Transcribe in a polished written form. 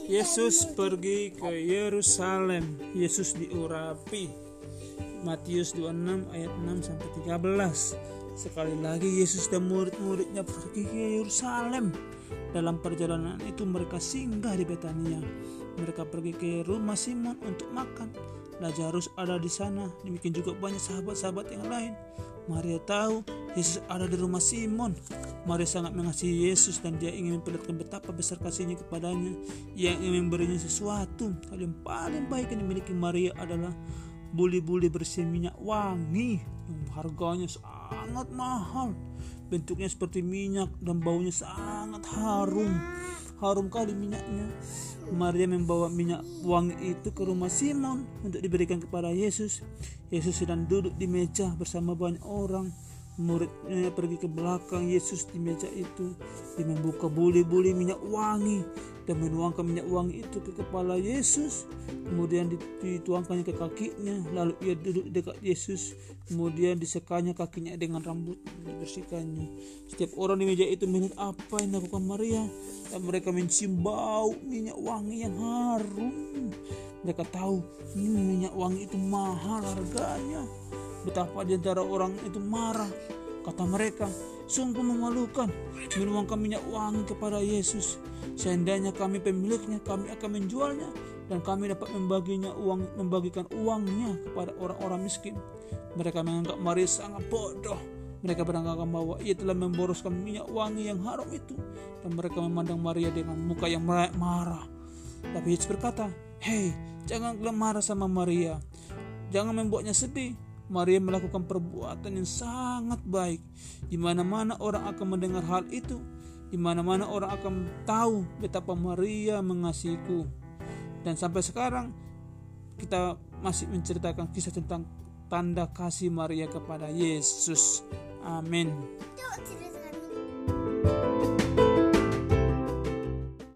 Yesus pergi ke Yerusalem. Yesus diurapi. Matius 26 ayat 6 sampai 13. Sekali lagi Yesus dan murid-muridnya pergi ke Yerusalem. Dalam perjalanan itu mereka singgah di Betania. Mereka pergi ke rumah Simon untuk makan. Lazarus ada di sana. Demikian juga banyak sahabat-sahabat yang lain. Maria tahu Yesus ada di rumah Simon. Maria sangat mengasihi Yesus dan dia ingin memperlihatkan betapa besar kasihnya kepadanya. Ia ingin memberinya sesuatu. Hal yang paling baik yang dimiliki Maria adalah buli-buli bersih minyak wangi yang harganya sangat mahal. Bentuknya seperti minyak dan baunya sangat harum. Harum kali minyaknya. Maria membawa minyak wangi itu ke rumah Simon untuk diberikan kepada Yesus. Yesus sedang duduk di meja bersama banyak orang. Muridnya pergi ke belakang Yesus di meja itu. Dia membuka buli-buli minyak wangi dan menuangkan minyak wangi itu ke kepala Yesus. Kemudian dituangkannya ke kakinya. Lalu ia duduk dekat Yesus. Kemudian disekanya kakinya dengan rambut, dibersihkannya. Setiap orang di meja itu melihat apa yang dilakukan Maria, dan mereka mencium bau minyak wangi yang harum. Mereka tahu minyak wangi itu mahal harganya. Betapa di antara orang itu marah. Kata mereka, sungguh memalukan menuangkan minyak wangi kepada Yesus. Seandainya kami pemiliknya, kami akan menjualnya dan kami dapat membagikan uangnya kepada orang-orang miskin. Mereka menganggap Maria sangat bodoh. Mereka beranggapan bahwa ia telah memboroskan minyak wangi yang harum itu. Dan mereka memandang Maria dengan muka yang marah. Tapi Yesus berkata, "Hei, janganlah marah sama Maria. Jangan membuatnya sedih. Maria melakukan perbuatan yang sangat baik. Di mana-mana orang akan mendengar hal itu. Di mana-mana orang akan tahu betapa Maria mengasihiku." Dan sampai sekarang kita masih menceritakan kisah tentang tanda kasih Maria kepada Yesus. Amin.